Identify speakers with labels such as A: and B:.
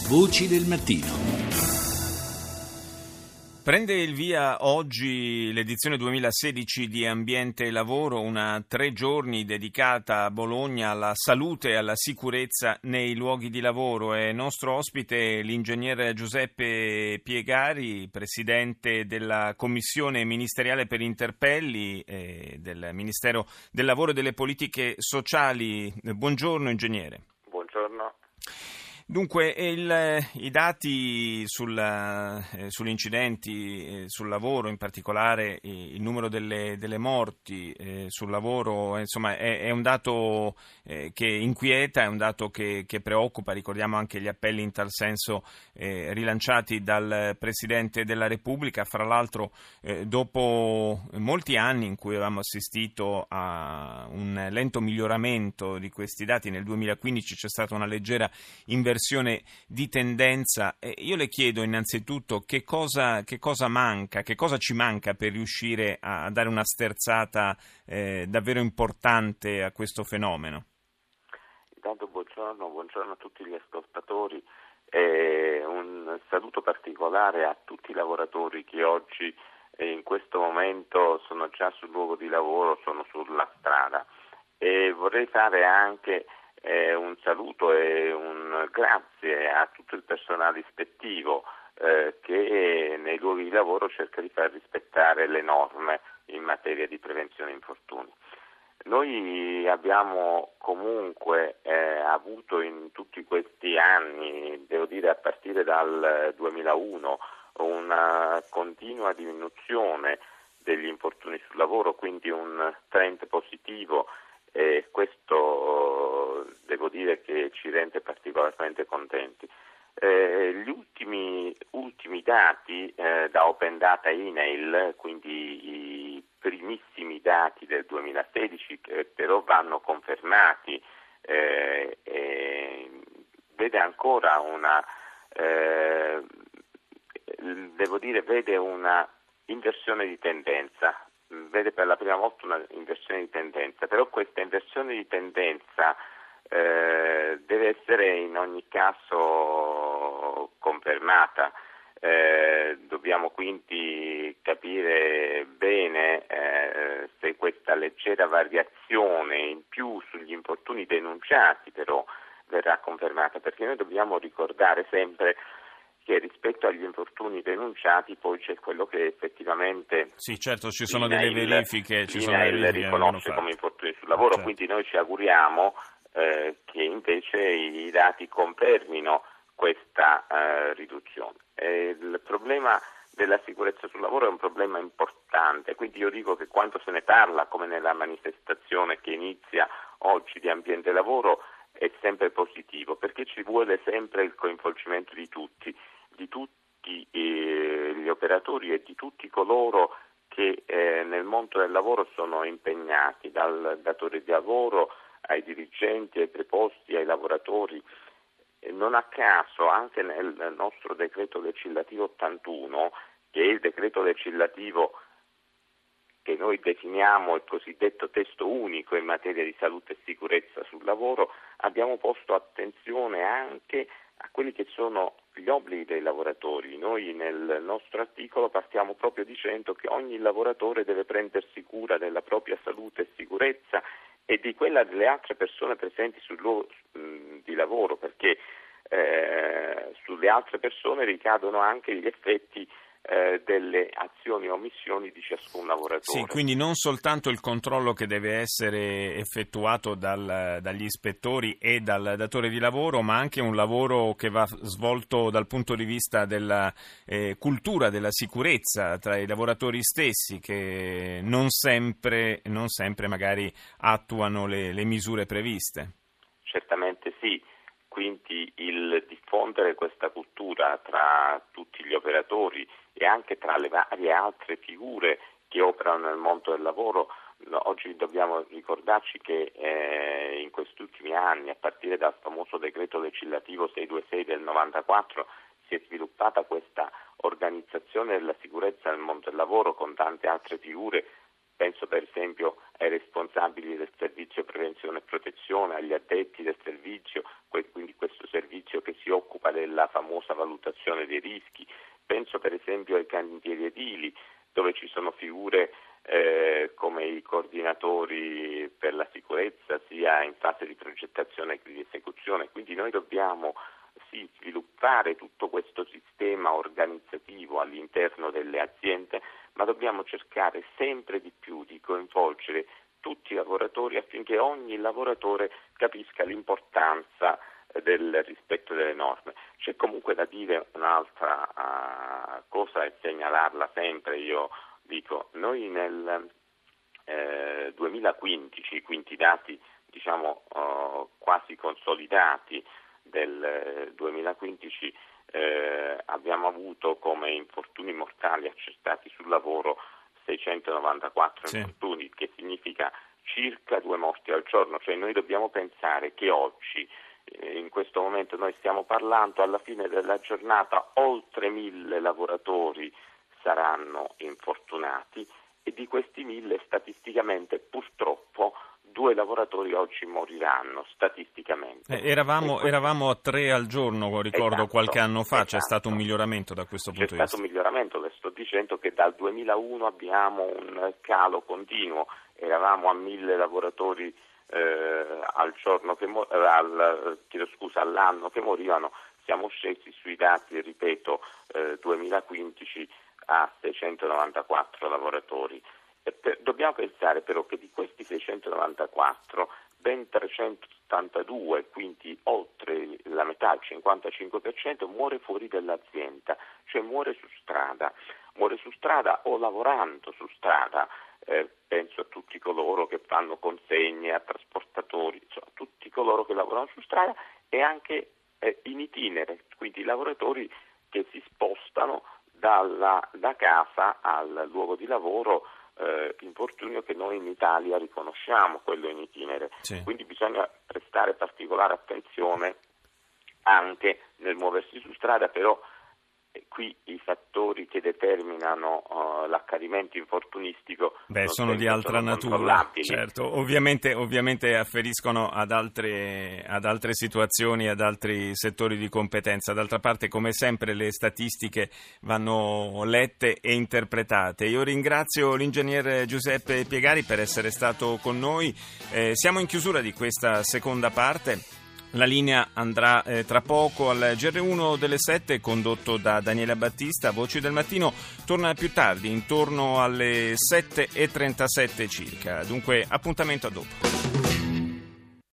A: Voci del mattino.
B: Prende il via oggi l'edizione 2016 di Ambiente e Lavoro, una 3 giorni dedicata a Bologna alla salute e alla sicurezza nei luoghi di lavoro. È nostro ospite l'ingegnere Giuseppe Piegari, presidente della Commissione Ministeriale per Interpelli del Ministero del Lavoro e delle Politiche Sociali. Buongiorno ingegnere.
C: Buongiorno.
B: Dunque, i dati sugli incidenti sul lavoro, in particolare il numero delle morti sul lavoro, insomma, è un dato che inquieta, è un dato che preoccupa. Ricordiamo anche gli appelli in tal senso rilanciati dal Presidente della Repubblica. Fra l'altro, dopo molti anni in cui avevamo assistito a un lento miglioramento di questi dati, nel 2015 c'è stata una leggera inversione di tendenza. Io le chiedo innanzitutto che cosa manca, che cosa ci manca per riuscire a dare una sterzata davvero importante a questo fenomeno.
C: Intanto buongiorno a tutti gli ascoltatori un saluto particolare a tutti i lavoratori che oggi in questo momento sono già sul luogo di lavoro, sono sulla strada, e vorrei fare anche un saluto e un grazie a tutto il personale ispettivo che nei luoghi di lavoro cerca di far rispettare le norme in materia di prevenzione infortuni. Noi abbiamo comunque avuto in tutti questi anni, devo dire a partire dal 2001, una continua diminuzione degli infortuni sul lavoro, quindi un trend positivo, e questo devo dire che ci rende particolarmente contenti. Gli ultimi dati da Open Data INAIL, quindi i primissimi dati del 2016, però vanno confermati, vede ancora vede una inversione di tendenza. Vede per la prima volta una inversione di tendenza, però questa inversione di tendenza deve essere in ogni caso confermata. Dobbiamo quindi capire bene se questa leggera variazione in più sugli infortuni denunciati però verrà confermata, perché noi dobbiamo ricordare sempre che rispetto agli infortuni denunciati poi c'è quello che effettivamente
B: sì, certo, ci sono delle verifiche,
C: riconosce come infortuni sul lavoro, certo. Quindi noi ci auguriamo che invece i dati confermino questa riduzione. Il problema della sicurezza sul lavoro è un problema importante, quindi io dico che quando se ne parla, come nella manifestazione che inizia oggi di Ambiente e Lavoro, è sempre positivo, perché ci vuole sempre il coinvolgimento di tutti gli operatori e di tutti coloro che nel mondo del lavoro sono impegnati, dal datore di lavoro ai dirigenti, ai preposti, ai lavoratori. Non a caso anche nel nostro decreto legislativo 81, che è il decreto legislativo che noi definiamo il cosiddetto testo unico in materia di salute e sicurezza sul lavoro, abbiamo posto attenzione anche a quelli che sono gli obblighi dei lavoratori. Noi nel nostro articolo partiamo proprio dicendo che ogni lavoratore deve prendersi cura della propria salute e sicurezza e di quella delle altre persone presenti sul luogo di lavoro, perché sulle altre persone ricadono anche gli effetti delle azioni o omissioni di ciascun lavoratore.
B: Sì, quindi non soltanto il controllo che deve essere effettuato dagli ispettori e dal datore di lavoro, ma anche un lavoro che va svolto dal punto di vista della cultura della sicurezza tra i lavoratori stessi, che non sempre magari attuano le misure previste.
C: Certamente sì. Quindi il diffondere questa cultura tra tutti gli operatori e anche tra le varie altre figure che operano nel mondo del lavoro, oggi dobbiamo ricordarci che in questi ultimi anni, a partire dal famoso decreto legislativo 626 del 94, si è sviluppata questa organizzazione della sicurezza nel mondo del lavoro con tante altre figure penso per esempio ai responsabili del servizio prevenzione e protezione, agli addetti del servizio, quindi questo servizio che si occupa della famosa valutazione dei rischi, penso per esempio ai cantieri edili, dove ci sono figure come i coordinatori per la sicurezza sia in fase di progettazione che di esecuzione, quindi noi dobbiamo sviluppare tutto questo sistema organizzativo all'interno delle aziende, ma dobbiamo cercare sempre di più di coinvolgere tutti i lavoratori affinché ogni lavoratore capisca l'importanza del rispetto delle norme. C'è comunque da dire un'altra cosa e segnalarla sempre, io dico, noi nel 2015, quindi i dati quasi consolidati del 2015, abbiamo avuto come infortuni mortali accertati sul lavoro 694 infortuni, che significa circa 2 morti al giorno, cioè noi dobbiamo pensare che oggi, in questo momento noi stiamo parlando, alla fine della giornata oltre 1000 lavoratori saranno infortunati e di questi 1000 statisticamente purtroppo 2 lavoratori oggi moriranno statisticamente.
B: Eravamo a 3 al giorno, ricordo, esatto, qualche anno fa, c'è stato un miglioramento da questo punto di vista.
C: C'è stato un miglioramento, le sto dicendo che dal 2001 abbiamo un calo continuo, eravamo a 1000 lavoratori al giorno all'anno che morivano, siamo scesi sui dati, ripeto, 2015 a 694 lavoratori. Dobbiamo pensare però che di questi 694 ben 382, quindi oltre la metà, il 55%, muore fuori dall'azienda, cioè muore su strada o lavorando su strada. Penso a tutti coloro che fanno consegne, a trasportatori, insomma, tutti coloro che lavorano su strada e anche in itinere, quindi lavoratori che si spostano da casa al luogo di lavoro, infortunio che noi in Italia riconosciamo, quello in itinere.
B: Sì.
C: Quindi bisogna prestare particolare attenzione anche nel muoversi su strada, però qui i fattori che determinano l'accadimento infortunistico
B: sono di altra natura, certo, ovviamente afferiscono ad altre situazioni, ad altri settori di competenza. D'altra parte, come sempre, le statistiche vanno lette e interpretate. Io ringrazio l'ingegner Giuseppe Piegari per essere stato con noi. Siamo in chiusura di questa seconda parte. La linea andrà tra poco al GR1 delle 7, condotto da Daniela Battista. Voci del Mattino torna più tardi, intorno alle 7:37 circa. Dunque, appuntamento a dopo.